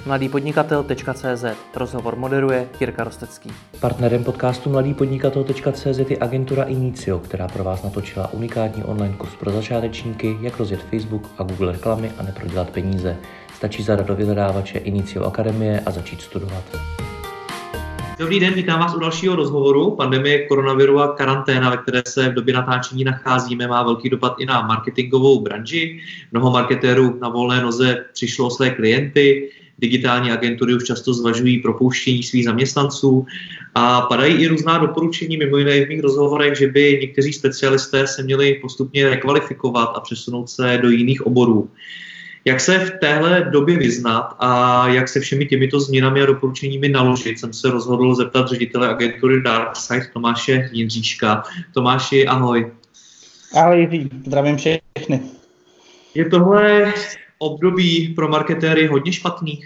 mladýpodnikatel.cz. Rozhovor moderuje Jirka Rostecký. Partnerem podcastu mladýpodnikatel.cz je agentura Inicio, která pro vás natočila unikátní online kurz pro začátečníky, jak rozjet Facebook a Google reklamy a neprodělat peníze. Stačí zadat do vyhledávače Inicio Akademie a začít studovat. Dobrý den, vítám vás u dalšího rozhovoru. Pandemie koronaviru a karanténa, ve které se v době natáčení nacházíme, má velký dopad i na marketingovou branži. Mnoho marketérů na volné noze přišlo o své klienty, digitální agentury už často zvažují propouštění svých zaměstnanců a padají i různá doporučení, mimo jiné v mých rozhovorech, že by někteří specialisté se měli postupně rekvalifikovat a přesunout se do jiných oborů. Jak se v téhle době vyznat a jak se všemi těmito změnami a doporučeními naložit, jsem se rozhodl zeptat ředitele agentury Darkside Tomáše Jindříška. Tomáši, ahoj. Ahoj Jiří, zdravím všechny. Je tohle období pro marketéry hodně špatný?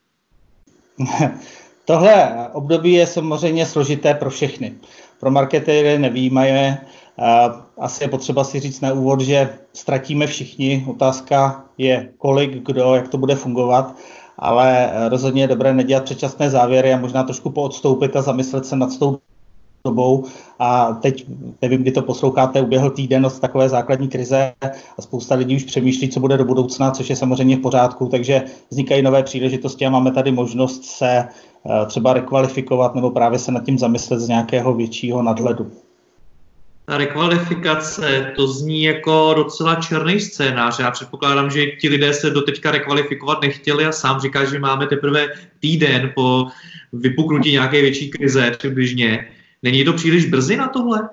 Tohle období je samozřejmě složité pro všechny. Pro marketéry nevyjímaje. Asi je potřeba si říct na úvod, že ztratíme všichni. Otázka je kolik, kdo, jak to bude fungovat, ale rozhodně je dobré nedělat předčasné závěry a možná trošku poodstoupit a zamyslet se nad tou dobou. A teď, nevím, kdy to posloucháte, uběhl týden od takové základní krize a spousta lidí už přemýšlí, co bude do budoucna, což je samozřejmě v pořádku, takže vznikají nové příležitosti a máme tady možnost se třeba rekvalifikovat nebo právě se nad tím zamyslet z nějakého většího nadhledu. Ta rekvalifikace, to zní jako docela černý scénář. Já předpokládám, že ti lidé se doteďka rekvalifikovat nechtěli a sám říká, že máme teprve týden po vypuknutí nějaké větší krize přibližně. Není to příliš brzy na tohle?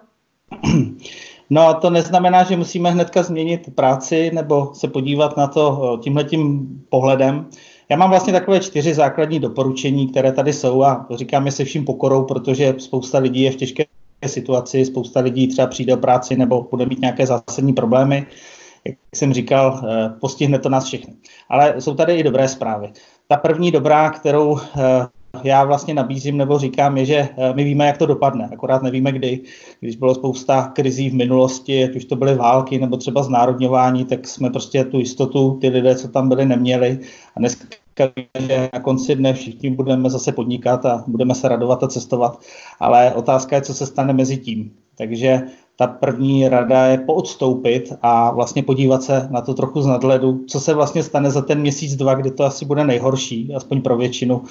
No, to neznamená, že musíme hnedka změnit práci nebo se podívat na to tímhletím pohledem. Já mám vlastně takové 4 základní doporučení, které tady jsou a říkám je se vším pokorou, protože spousta lidí je v těžké situaci, spousta lidí třeba přijde o práci nebo bude mít nějaké zásadní problémy. Jak jsem říkal, postihne to nás všechny. Ale jsou tady i dobré zprávy. Ta první dobrá, kterou já vlastně nabízím nebo říkám, je, že my víme, jak to dopadne, akorát nevíme kdy. Když bylo spousta krizí v minulosti, ať už to byly války nebo třeba znárodňování, tak jsme prostě tu jistotu, ty lidé, co tam byli, neměli. A dneska, že na konci dne všichni budeme zase podnikat a budeme se radovat a cestovat, ale otázka je, co se stane mezi tím. Takže ta první rada je poodstoupit a vlastně podívat se na to trochu z nadhledu, co se vlastně stane za ten měsíc, 2, kdy to asi bude nejhorší, aspoň pro většinu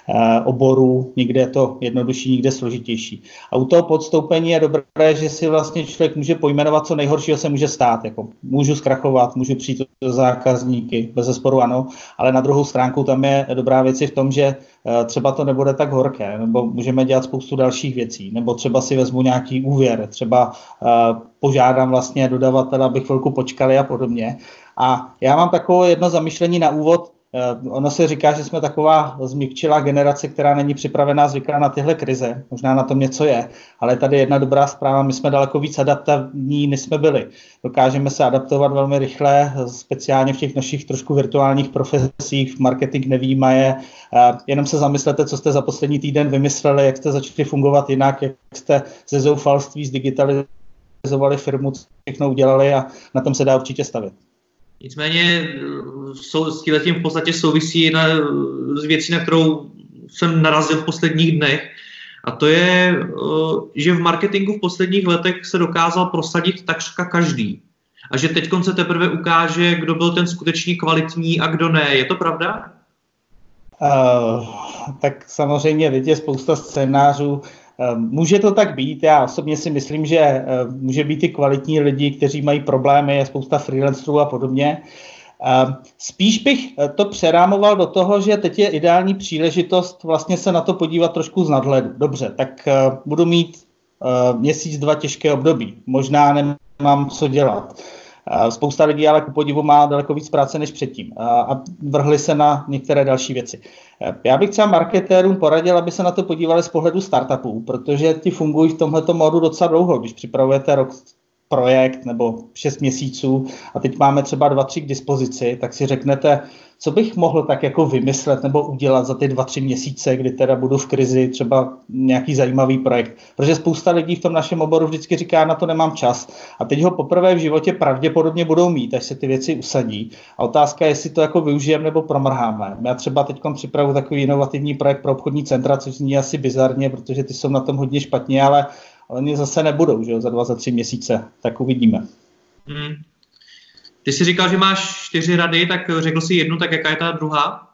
oborů, někde je to jednodušší, někde složitější. A u toho podstoupení je dobré, že si vlastně člověk může pojmenovat, co nejhoršího se může stát. Jako můžu zkrachovat, můžu přijít do zákazníky, bezesporu ano, ale na druhou stránku tam je dobrá věc v tom, že třeba to nebude tak horké, nebo můžeme dělat spoustu dalších věcí, nebo třeba si vezmu nějaký úvěr, třeba požádám vlastně dodavatele, aby chvilku počkali a podobně. A já mám takové jedno zamyšlení na úvod. Ono se říká, že jsme taková změkčilá generace, která není připravená, zvyklá na tyhle krize. Možná na tom něco je, ale tady je jedna dobrá zpráva, my jsme daleko víc adaptivní, než jsme byli. Dokážeme se adaptovat velmi rychle, speciálně v těch našich trošku virtuálních profesích, v marketing nevyjímaje. Jenom se zamyslete, co jste za poslední týden vymysleli, jak jste začali fungovat jinak, jak jste ze zoufalství zdigitalizovali firmu, co všechno udělali a na tom se dá určitě stavět. Nicméně s tímhletím v podstatě souvisí z věcí, na kterou jsem narazil v posledních dnech. A to je, že v marketingu v posledních letech se dokázal prosadit takřka každý. A že teď se teprve ukáže, kdo byl ten skutečně kvalitní a kdo ne. Je to pravda? Tak samozřejmě je spousta scénářů. Může to tak být, já osobně si myslím, že může být i kvalitní lidi, kteří mají problémy, je spousta freelancerů a podobně. Spíš bych to přerámoval do toho, že teď je ideální příležitost vlastně se na to podívat trošku z nadhledu. Dobře, tak budu mít měsíc, 2 těžké období, možná nemám co dělat. Spousta lidí ale ku podivu má daleko víc práce než předtím a vrhli se na některé další věci. Já bych třeba marketérům poradil, aby se na to podívali z pohledu startupů, protože ti fungují v tomhleto módu docela dlouho. Když připravujete rok projekt nebo 6 měsíců a teď máme třeba 2-3 k dispozici, tak si řeknete, co bych mohl tak jako vymyslet nebo udělat za ty 2-3 měsíce, kdy teda budu v krizi, třeba nějaký zajímavý projekt. Protože spousta lidí v tom našem oboru vždycky říká, na to nemám čas. A teď ho poprvé v životě pravděpodobně budou mít, až se ty věci usadí. A otázka je, jestli to jako využijeme nebo promrháme. Já třeba teď připravu takový inovativní projekt pro obchodní centra, což zní asi bizarně, protože ty jsou na tom hodně špatně, ale oni zase nebudou, že jo, za 2-3 měsíce. Tak uvidíme. Ty jsi říkal, že máš 4 rady, tak řekl jsi jednu, tak jaká je ta druhá?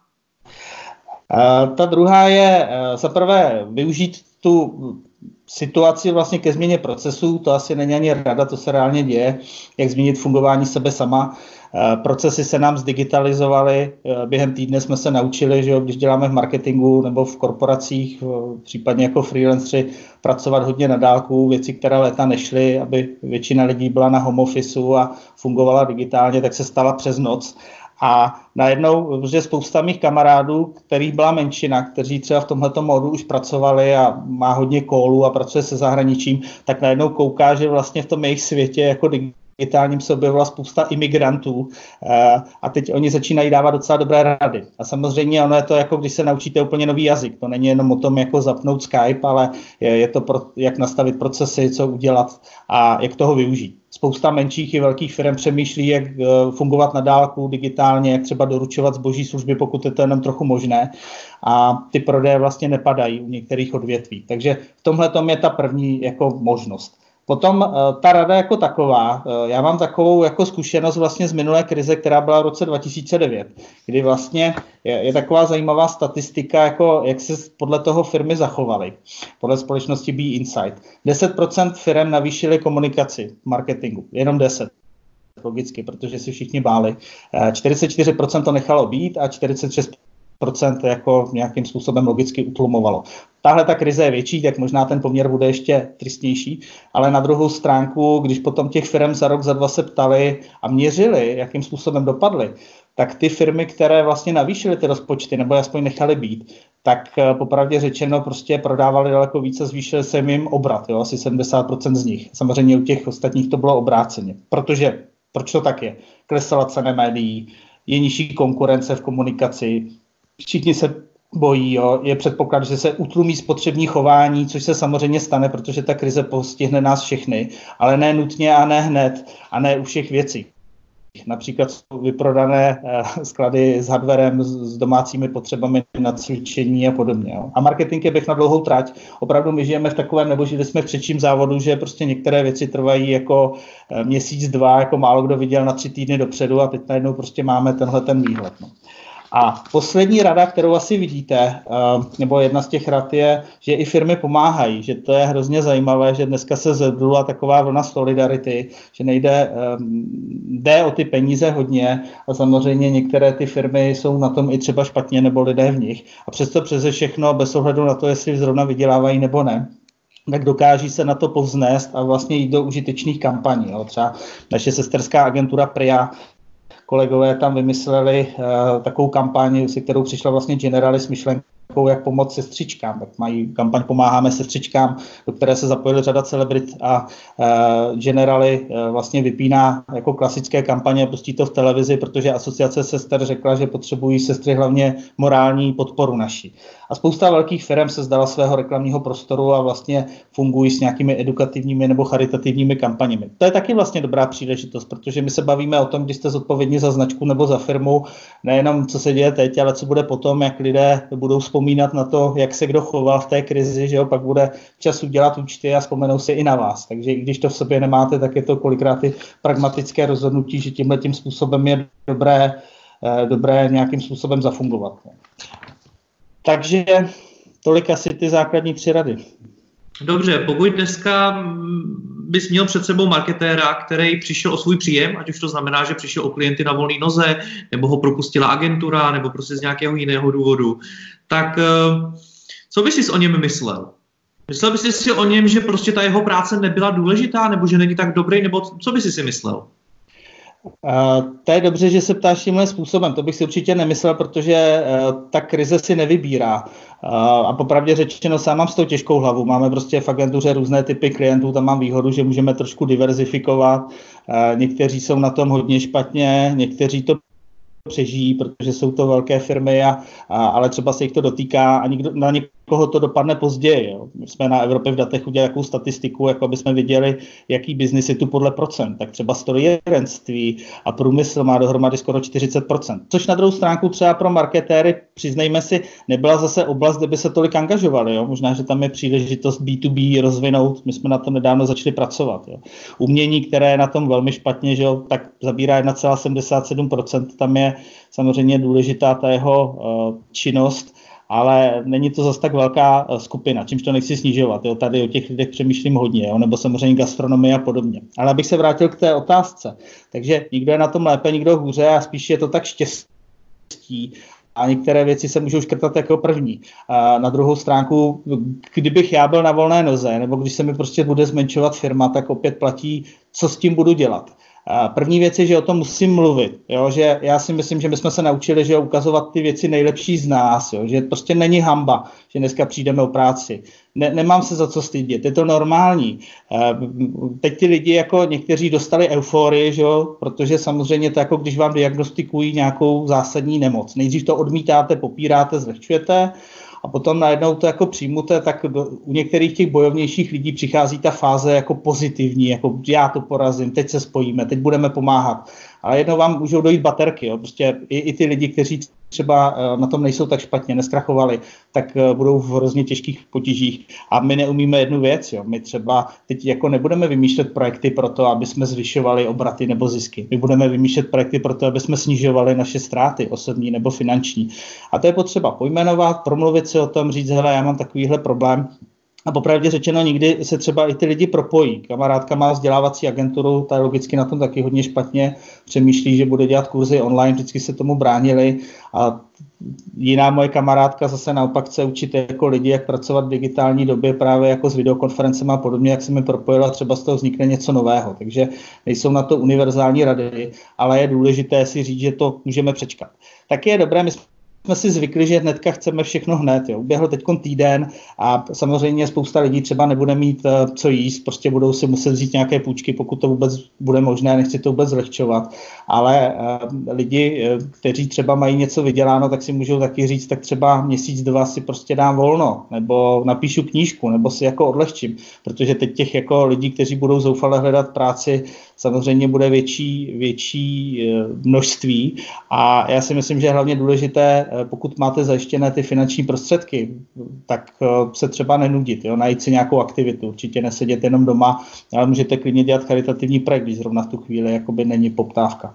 Ta druhá je za prvé využít tu situaci vlastně ke změně procesů, to asi není ani rada, to se reálně děje, jak změnit fungování sebe sama. Procesy se nám zdigitalizovaly, během týdne jsme se naučili, že když děláme v marketingu nebo v korporacích, případně jako freelanceri, pracovat hodně na dálku, věci, které léta nešly, aby většina lidí byla na home officeu a fungovala digitálně, tak se stala přes noc. A najednou, protože spousta mých kamarádů, kterých byla menšina, kteří třeba v tomhletom módu už pracovali a má hodně callů a pracuje se zahraničím, tak najednou kouká, že vlastně v tom jejich světě jako digitálním se objevila spousta imigrantů a teď oni začínají dávat docela dobré rady. A samozřejmě ono je to jako když se naučíte úplně nový jazyk. To není jenom o tom jako zapnout Skype, ale je to jak nastavit procesy, co udělat a jak toho využít. Spousta menších i velkých firm přemýšlí, jak fungovat na dálku digitálně, jak třeba doručovat zboží služby, pokud je to jenom trochu možné. A ty prodeje vlastně nepadají u některých odvětví. Takže v tomhle tom je ta první jako možnost. Potom ta rada jako taková, já mám takovou jako zkušenost vlastně z minulé krize, která byla v roce 2009, kdy vlastně je taková zajímavá statistika, jako jak se podle toho firmy zachovaly, podle společnosti Be Insight. 10% firm navýšily komunikaci v marketingu, jenom 10%. Logicky, protože si všichni báli. 44% to nechalo být a 46% jako nějakým způsobem logicky utlumovalo. Tahle ta krize je větší, tak možná ten poměr bude ještě tristnější, ale na druhou stránku, když potom těch firm za rok, za dva se ptali a měřili, jakým způsobem dopadly, tak ty firmy, které vlastně navýšily ty rozpočty, nebo aspoň nechali být, tak popravdě řečeno prostě prodávali daleko více, zvýšil se jim obrat, jo, asi 70% z nich. Samozřejmě u těch ostatních to bylo obráceně. Protože, proč to tak je? Klesala cena médií, je nižší konkurence v komunikaci, všichni se bojí, jo. Je předpoklad, že se utlumí spotřební chování, což se samozřejmě stane, protože ta krize postihne nás všechny, ale ne nutně a ne hned a ne u všech věcí. Například jsou vyprodané sklady s hardwarem, s domácími potřebami na cvičení a podobně. Jo. A marketing je běh na dlouhou trať. Opravdu my žijeme v takovém, nebo žili jsme v předčím závodu, že prostě některé věci trvají jako měsíc, dva, jako málo kdo viděl na 3 týdny dopředu a teď najednou prostě máme tenhle ten výhled. No. A poslední rada, kterou asi vidíte, nebo jedna z těch rad je, že i firmy pomáhají, že to je hrozně zajímavé, že dneska se zvedla taková vlna solidarity, že jde o ty peníze hodně a samozřejmě některé ty firmy jsou na tom i třeba špatně nebo lidé v nich. A přesto přeze všechno, bez ohledu na to, jestli zrovna vydělávají nebo ne, tak dokáží se na to povznést a vlastně jít do užitečných kampaní. Jo. Třeba naše sesterská agentura PRIA, kolegové tam vymysleli takovou kampaň, se kterou přišla vlastně Generali s myšlenkou, jak pomoct sestřičkám. Tak mají kampaň Pomáháme sestřičkám, do které se zapojili řada celebrit a Generali vlastně vypíná jako klasické kampaně, pustí to v televizi, protože asociace sester řekla, že potřebují sestry hlavně morální podporu naši. A spousta velkých firm se zdala svého reklamního prostoru a vlastně fungují s nějakými edukativními nebo charitativními kampaněmi. To je taky vlastně dobrá příležitost, protože my se bavíme o tom, když jste zodpovědní za značku nebo za firmu, nejenom co se děje teď, ale co bude potom, jak lidé budou vzpomínat na to, jak se kdo choval v té krizi, že jo, pak bude čas udělat účty a vzpomenou si i na vás. Takže i když to v sobě nemáte, tak je to kolikrát i pragmatické rozhodnutí, že tímhletím způsobem je dobré nějakým způsobem zafungovat. Takže tolik asi ty základní 3 rady. Dobře, pokud dneska bys měl před sebou marketéra, který přišel o svůj příjem, ať už to znamená, že přišel o klienty na volné noze, nebo ho propustila agentura, nebo prostě z nějakého jiného důvodu, tak co bys si o něm myslel? Myslel bys si o něm, že prostě ta jeho práce nebyla důležitá, nebo že není tak dobrý, nebo co bys si myslel? To je dobře, že se ptáš tímhle způsobem. To bych si určitě nemyslel, protože ta krize si nevybírá. A popravdě řečeno, sám mám s tou těžkou hlavu. Máme prostě v agentuře různé typy klientů, tam mám výhodu, že můžeme trošku diverzifikovat. Někteří jsou na tom hodně špatně, někteří to přežijí, protože jsou to velké firmy, ale třeba se jich to dotýká a na někoho to dopadne později. Jo. My jsme na Evropě v datech udělali jakou statistiku, jako aby jsme viděli, jaký biznis je tu podle procent. Tak třeba strojírenství a průmysl má dohromady skoro 40%. Což na druhou stránku třeba pro marketéry, přiznejme si, nebyla zase oblast, kde by se tolik angažovali. Jo. Možná, že tam je příležitost B2B rozvinout. My jsme na tom nedávno začali pracovat. Jo. Umění, které je na tom velmi špatně, že jo, tak zabírá 1,77%. Tam je samozřejmě důležitá ta jeho činnost, ale není to zase tak velká skupina, čímž to nechci snižovat. Jo. Tady o těch lidech přemýšlím hodně, jo, nebo samozřejmě gastronomie a podobně. Ale abych se vrátil k té otázce. Takže někdo je na tom lépe, někdo hůře a spíš je to tak štěstí. A některé věci se můžou škrtat jako první. A na druhou stránku, kdybych já byl na volné noze, nebo když se mi prostě bude zmenšovat firma, tak opět platí, co s tím budu dělat. První věc je, že o tom musím mluvit, jo? Že já si myslím, že my jsme se naučili, že ukazovat ty věci nejlepší z nás, jo? Že prostě není hanba, že dneska přijdeme o práci. Nemám se za co stydět, je to normální. Teď ty lidi jako někteří dostali euforii, že jo? Protože samozřejmě to jako když vám diagnostikují nějakou zásadní nemoc. Nejdřív to odmítáte, popíráte, zlehčujete, a potom najednou to jako přijmute, tak u některých těch bojovnějších lidí přichází ta fáze jako pozitivní, jako já to porazím, teď se spojíme, teď budeme pomáhat. Ale jednou vám můžou dojít baterky, jo. Prostě i ty lidi, kteří třeba na tom nejsou tak špatně, neskrachovali, tak budou v hrozně těžkých potížích. A my neumíme jednu věc, jo. My třeba teď jako nebudeme vymýšlet projekty pro to, aby jsme zvyšovali obraty nebo zisky. My budeme vymýšlet projekty pro to, aby jsme snižovali naše ztráty osobní nebo finanční. A to je potřeba pojmenovat, promluvit si o tom, říct, hele, já mám takovýhle problém. A popravdě řečeno, někdy se třeba i ty lidi propojí. Kamarádka má vzdělávací agenturu, ta je logicky na tom taky hodně špatně, přemýšlí, že bude dělat kurzy online, vždycky se tomu bránili. A jiná moje kamarádka zase naopak chce učit jako lidi, jak pracovat v digitální době právě jako s videokonferencemi a podobně, jak se mi propojila, třeba z toho vznikne něco nového. Takže nejsou na to univerzální rady, ale je důležité si říct, že to můžeme přečkat. Taky je dobré, my jsme si zvykli, že hnedka chceme všechno hned. Jo. Uběhl teďkon týden a samozřejmě spousta lidí třeba nebude mít co jíst, prostě budou si muset vzít nějaké půjčky, pokud to vůbec bude možné, nechci to vůbec zlehčovat. Ale lidi, kteří třeba mají něco vyděláno, tak si můžou taky říct, tak třeba měsíc, dva si prostě dám volno, nebo napíšu knížku, nebo si jako odlehčím, protože teď těch jako lidí, kteří budou zoufale hledat práci, samozřejmě bude větší množství a já si myslím, že je hlavně důležité, pokud máte zajištěné ty finanční prostředky, tak se třeba nenudit, jo, najít si nějakou aktivitu, určitě nesedět jenom doma, ale můžete klidně dělat charitativní projekt, když zrovna v tu chvíli jakoby není poptávka.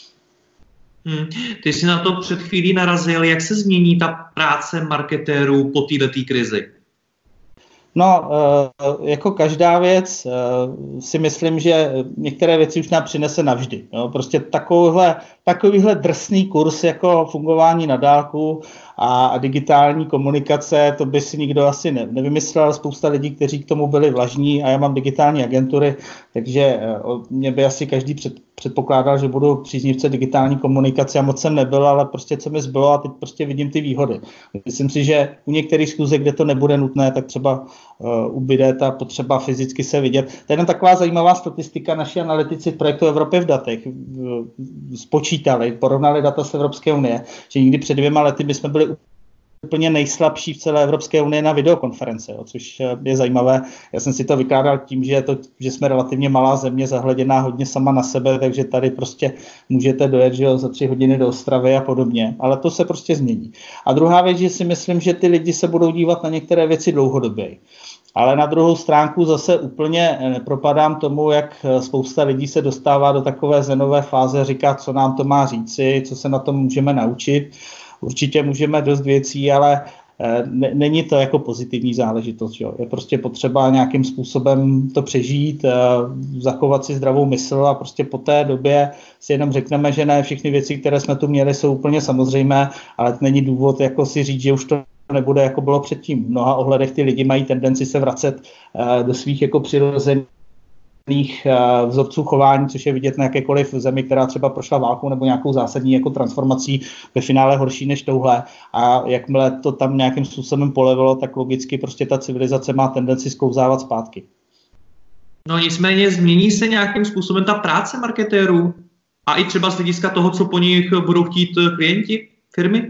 Ty jsi na to před chvílí narazil, jak se změní ta práce marketérů po této krizi? No, jako každá věc si myslím, že některé věci už nám přinese navždy. Jo? Prostě takovýhle drsný kurz jako fungování na dálku a digitální komunikace, to by si nikdo asi nevymyslel. Spousta lidí, kteří k tomu byli vlažní a já mám digitální agentury, takže mě by asi každý předpokládal, že budu příznivce digitální komunikace a moc jsem nebyl, ale prostě co mi zbylo a teď prostě vidím ty výhody. Myslím si, že u některých schůzek, kde to nebude nutné, tak třeba ubyde ta potřeba fyzicky se vidět. To je jenom taková zajímavá statistika, naši analytici v projektu Evropy v datech spočítali, porovnali data z Evropské unie, že nikdy před 2 lety my jsme byli úplně nejslabší v celé Evropské unii na videokonference, jo, což je zajímavé. Já jsem si to vykládal tím, že jsme relativně malá země, zahleděná hodně sama na sebe, takže tady prostě můžete dojet, že jo, za 3 hodiny do Ostravy a podobně, ale to se prostě změní. A druhá věc, že si myslím, že ty lidi se budou dívat na některé věci dlouhodobě. Ale na druhou stránku zase úplně nepropadám tomu, jak spousta lidí se dostává do takové zenové fáze, říká, co nám to má říci, co se na tom můžeme naučit. Určitě můžeme dost věcí, ale není to jako pozitivní záležitost. Jo. Je prostě potřeba nějakým způsobem to přežít, zachovat si zdravou mysl a prostě po té době si jenom řekneme, že ne všechny věci, které jsme tu měli, jsou úplně samozřejmé, ale není důvod jako si říct, že už to nebude, jako bylo předtím. V mnoha ohledech ty lidi mají tendenci se vracet do svých jako přirozených vzorců chování, což je vidět na jakékoliv zemi, která třeba prošla válkou nebo nějakou zásadní jako transformací, ve finále horší než touhle. A jakmile to tam nějakým způsobem polevilo, tak logicky prostě ta civilizace má tendenci sklouzávat zpátky. No nicméně změní se nějakým způsobem ta práce marketérů a i třeba z hlediska toho, co po nich budou chtít klienti, firmy?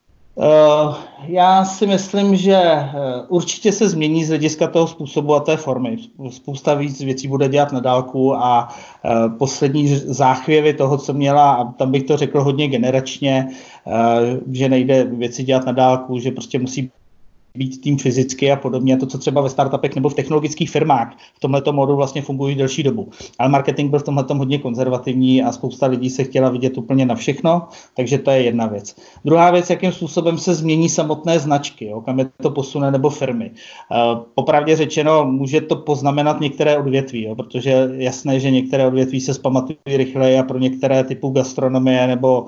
Já si myslím, že určitě se změní z hlediska toho způsobu a té formy. Spousta víc věcí bude dělat na dálku a poslední záchvěvy toho, co měla, a tam bych to řekl hodně generačně, že nejde věci dělat na dálku, že prostě musí být tým fyzicky a podobně, to, co třeba ve startupech nebo v technologických firmách v tomhletom modu vlastně fungují delší dobu. Ale marketing byl v tomhletom hodně konzervativní a spousta lidí se chtěla vidět úplně na všechno, takže to je jedna věc. Druhá věc, jakým způsobem se změní samotné značky, jo, kam je to posune nebo firmy. Popravdě řečeno, může to poznamenat některé odvětví, jo, protože je jasné, že některé odvětví se zpamatují rychleji a pro některé typu gastronomie nebo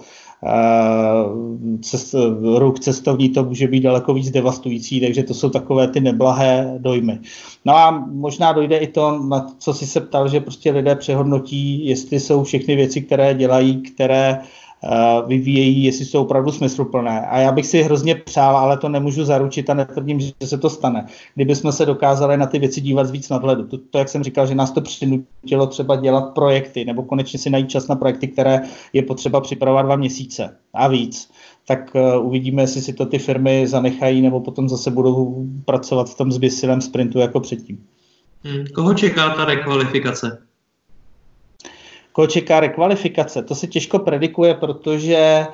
ruch cestovní to může být daleko víc devastující, takže to jsou takové ty neblahé dojmy. No a možná dojde i to, na co jsi se ptal, že prostě lidé přehodnotí, jestli jsou všechny věci, které dělají, které vyvíjejí, jestli jsou opravdu smysluplné. A já bych si hrozně přál, ale to nemůžu zaručit a netvrdím, že se to stane. Kdybychom se dokázali na ty věci dívat z víc nadhledu. To, jak jsem říkal, že nás to přinutilo třeba dělat projekty, nebo konečně si najít čas na projekty, které je potřeba připravovat 2 měsíce a víc. Tak uvidíme, jestli si to ty firmy zanechají, nebo potom zase budou pracovat v tom zběsilém sprintu jako předtím. Koho čeká ta rekvalifikace? Koho čeká rekvalifikace? To se těžko predikuje, protože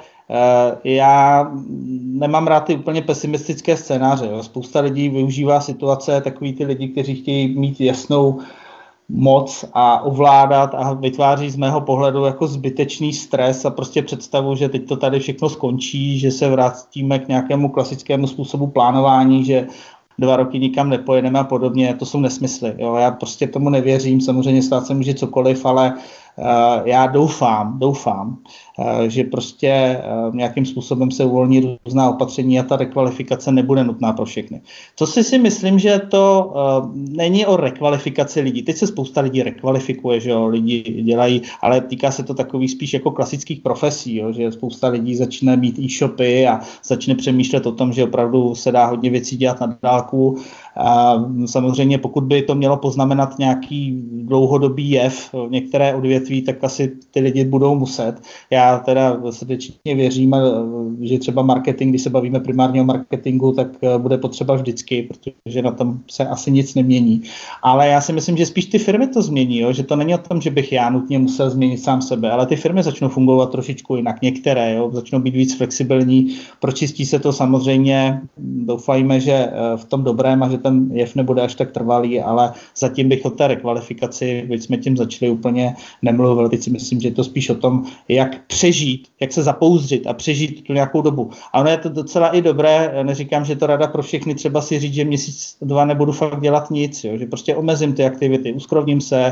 já nemám rád ty úplně pesimistické scénáře. Jo. Spousta lidí využívá situace, takový ty lidi, kteří chtějí mít jasnou moc a ovládat a vytváří z mého pohledu jako zbytečný stres a prostě představu, že teď to tady všechno skončí, že se vrátíme k nějakému klasickému způsobu plánování, že 2 roky nikam nepojedeme a podobně, to jsou nesmysly. Jo. Já prostě tomu nevěřím, samozřejmě stát se může cokoliv, ale já doufám, že prostě nějakým způsobem se uvolní různá opatření a ta rekvalifikace nebude nutná pro všechny. Co si myslím, že to není o rekvalifikaci lidí. Teď se spousta lidí rekvalifikuje, že jo, lidi dělají, ale týká se to takových spíš jako klasických profesí, jo, že spousta lidí začne mít e-shopy a začne přemýšlet o tom, že opravdu se dá hodně věcí dělat na dálku. A samozřejmě pokud by to mělo poznamenat nějaký dlouhodobý jev, některé odvětví, tak asi ty lidi budou muset. Já teda srdečně věřím, že třeba marketing, když se bavíme primárně o marketingu, tak bude potřeba vždycky, protože na tom se asi nic nemění. Ale já si myslím, že spíš ty firmy to změní, jo? Že to není o tom, že bych já nutně musel změnit sám sebe, ale ty firmy začnou fungovat trošičku jinak. Některé, jo? Začnou být víc flexibilní, pročistí se to samozřejmě, doufajme, že v tom dobrém a že ten jev nebude až tak trvalý, ale zatím bych o té rekvalifikaci, byť jsme tím začali, úplně nemluvil. Teď si myslím, že je to spíš o tom, jak přežít, jak se zapouzdřit a přežít tu nějakou dobu. A ono je to docela i dobré, neříkám, že to rada pro všechny, třeba si říct, že 1-2 měsíce nebudu fakt dělat nic, jo? Že prostě omezím ty aktivity, uskrovním se,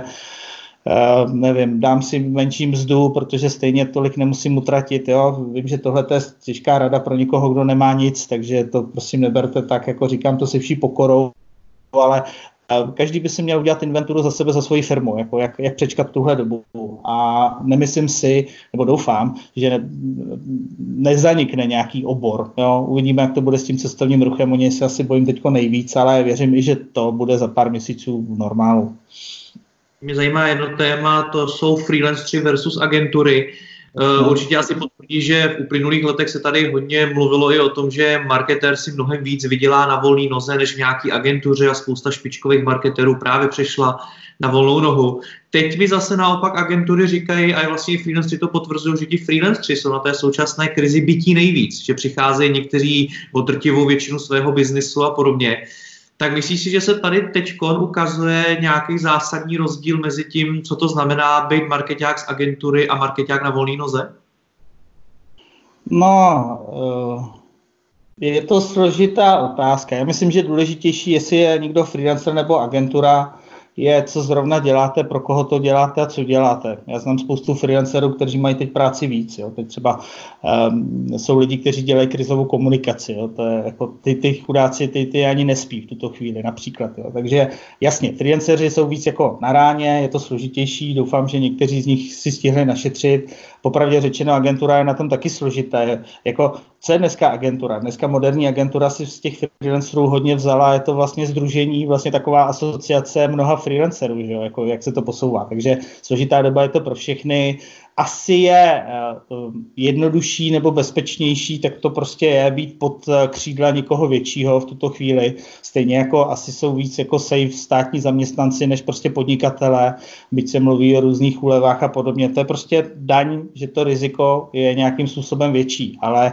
nevím, dám si menší mzdu, protože stejně tolik nemusím utratit. Jo? Vím, že tohle je těžká rada pro někoho, kdo nemá nic, takže to prosím neberte tak, jako říkám to se vší pokorou, ale každý by si měl udělat inventuru za sebe, za svoji firmu, jako jak přečkat tuhle dobu. A nemyslím si, nebo doufám, že nezanikne nějaký obor. Jo? Uvidíme, jak to bude s tím cestovním ruchem, o něj se asi bojím teďko nejvíc, ale věřím i, že to bude za pár měsíců v normálu. Mě zajímá jedno téma, to jsou freelancři versus agentury. Určitě asi potvrdí, že v uplynulých letech se tady hodně mluvilo i o tom, že marketér si mnohem víc vydělá na volné noze než v nějaký agentuře a spousta špičkových marketérů právě přešla na volnou nohu. Teď mi zase naopak agentury říkají, a vlastně freelancři to potvrzují, že ti freelancři jsou na té současné krizi bytí nejvíc, že přicházejí někteří o drtivou většinu svého biznisu a podobně. Tak myslíš si, že se tady teďkon ukazuje nějaký zásadní rozdíl mezi tím, co to znamená být markeťák z agentury a markeťák na volné noze? No, je to složitá otázka. Já myslím, že důležitější, jestli je někdo freelancer nebo agentura, je, co zrovna děláte, pro koho to děláte a co děláte. Já znám spoustu freelancerů, kteří mají teď práci víc. Jo. Teď třeba jsou lidi, kteří dělají krizovou komunikaci. Jo. To je jako ty chudáci, ty ani nespí v tuto chvíli například. Jo. Takže jasně, freelanceři jsou víc jako na ráně, je to složitější, doufám, že někteří z nich si stihli našetřit. Popravdě řečeno, agentura je na tom taky složité. Jako, co je dneska agentura? Dneska moderní agentura si z těch freelancerů hodně vzala, je to vlastně sdružení, vlastně taková asociace mnoha freelancerů, že jo? Jako, jak se to posouvá. Takže složitá doba je to pro všechny. Asi je jednodušší nebo bezpečnější, tak to prostě je být pod křídla někoho většího v tuto chvíli. Stejně jako asi jsou víc jako safe státní zaměstnanci než prostě podnikatelé, byť se mluví o různých úlevách a podobně. To je prostě daň, že to riziko je nějakým způsobem větší, ale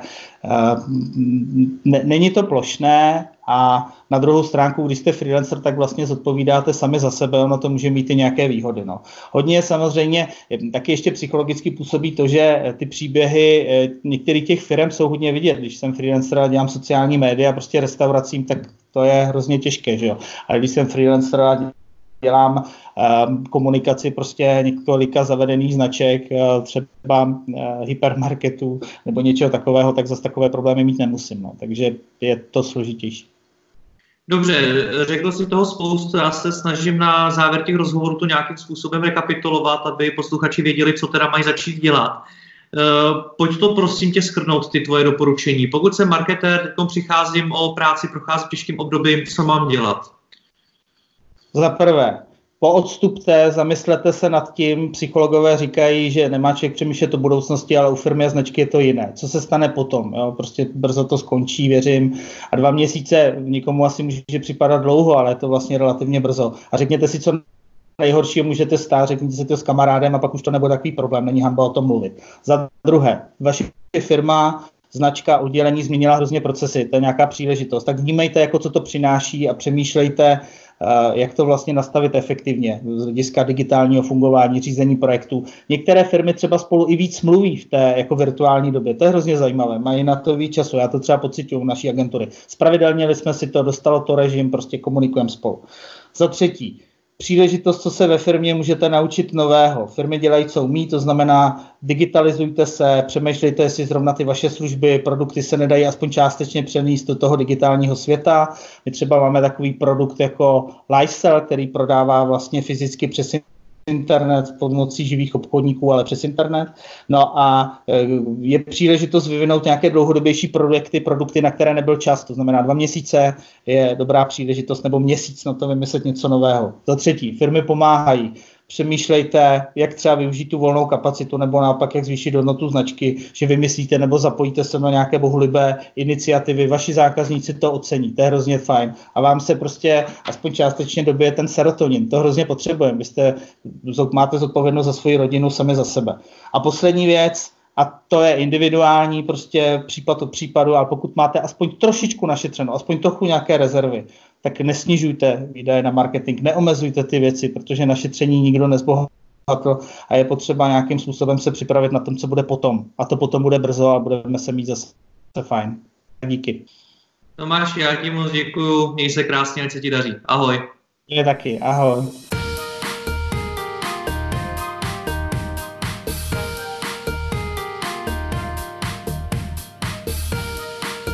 není to plošné. A na druhou stránku, když jste freelancer, tak vlastně zodpovídáte sami za sebe, ono to může mít i nějaké výhody. No. Hodně samozřejmě taky ještě psychologicky působí to, že ty příběhy některých těch firm jsou hodně vidět. Když jsem freelancer a dělám sociální média prostě restauracím, tak to je hrozně těžké. Že jo? Ale když jsem freelancer a dělám komunikaci prostě několika zavedených značek, třeba hypermarketů nebo něčeho takového, tak zase takové problémy mít nemusím. No. Takže je to složitější. Dobře, řekl jsi toho spoustu, já se snažím na závěr těch rozhovorů to nějakým způsobem rekapitulovat, aby posluchači věděli, co teda mají začít dělat. Pojď to prosím tě shrnout, ty tvoje doporučení. Pokud jsem marketér, teď přicházím o práci, procházím těžkým obdobím, co mám dělat? Za prvé, poodstupte, zamyslete se nad tím, psychologové říkají, že nemá člověk přemýšlet o budoucnosti, ale u firmy a značky je to jiné. Co se stane potom? Jo? Prostě brzo to skončí, věřím. A 2 měsíce nikomu asi může připadat dlouho, ale je to vlastně relativně brzo. A řekněte si, co nejhoršího můžete stát, řekněte si to s kamarádem a pak už to nebude takový problém, není hanba o tom mluvit. Za druhé, vaše firma, značka, oddělení změnila hrozně procesy, to je nějaká příležitost. Tak vnímejte, jako co to přináší a přemýšlejte, jak to vlastně nastavit efektivně z hlediska digitálního fungování, řízení projektů. Některé firmy třeba spolu i víc mluví v té jako virtuální době. To je hrozně zajímavé. Mají na to víc času. Já to třeba pociťuji u naší agentury. Spravidelnili jsme si to, dostalo to režim, prostě komunikujeme spolu. Za třetí, příležitost, co se ve firmě můžete naučit nového. Firmy dělají, co umí, to znamená digitalizujte se, přemýšlejte, jestli zrovna ty vaše služby, produkty se nedají aspoň částečně přenést do toho digitálního světa. My třeba máme takový produkt jako Lifestyle, který prodává vlastně fyzicky přes internet pomocí živých obchodníků, ale přes internet. No a je příležitost vyvinout nějaké dlouhodobější produkty, na které nebyl čas. To znamená 2 měsíce je dobrá příležitost, nebo měsíc na to vymyslet něco nového. Za třetí, firmy pomáhají. Přemýšlejte, jak třeba využít tu volnou kapacitu, nebo naopak, jak zvýšit hodnotu značky, že vymyslíte nebo zapojíte se na nějaké bohulibé iniciativy. Vaši zákazníci to ocení, to je hrozně fajn. A vám se prostě aspoň částečně dobije ten serotonin. To hrozně potřebujeme. Máte zodpovědnost za svoji rodinu, sami za sebe. A poslední věc, a to je individuální, prostě případ od případu, ale pokud máte aspoň trošičku našetřeno, aspoň trochu nějaké rezervy, tak nesnižujte výdaje na marketing, neomezujte ty věci, protože našetření nikdo nezbohatl a je potřeba nějakým způsobem se připravit na tom, co bude potom. A to potom bude brzo a budeme se mít zase fajn. Díky. Tomáš, já ti moc děkuju, měj se krásně, ať se ti daří. Ahoj. Je taky, ahoj.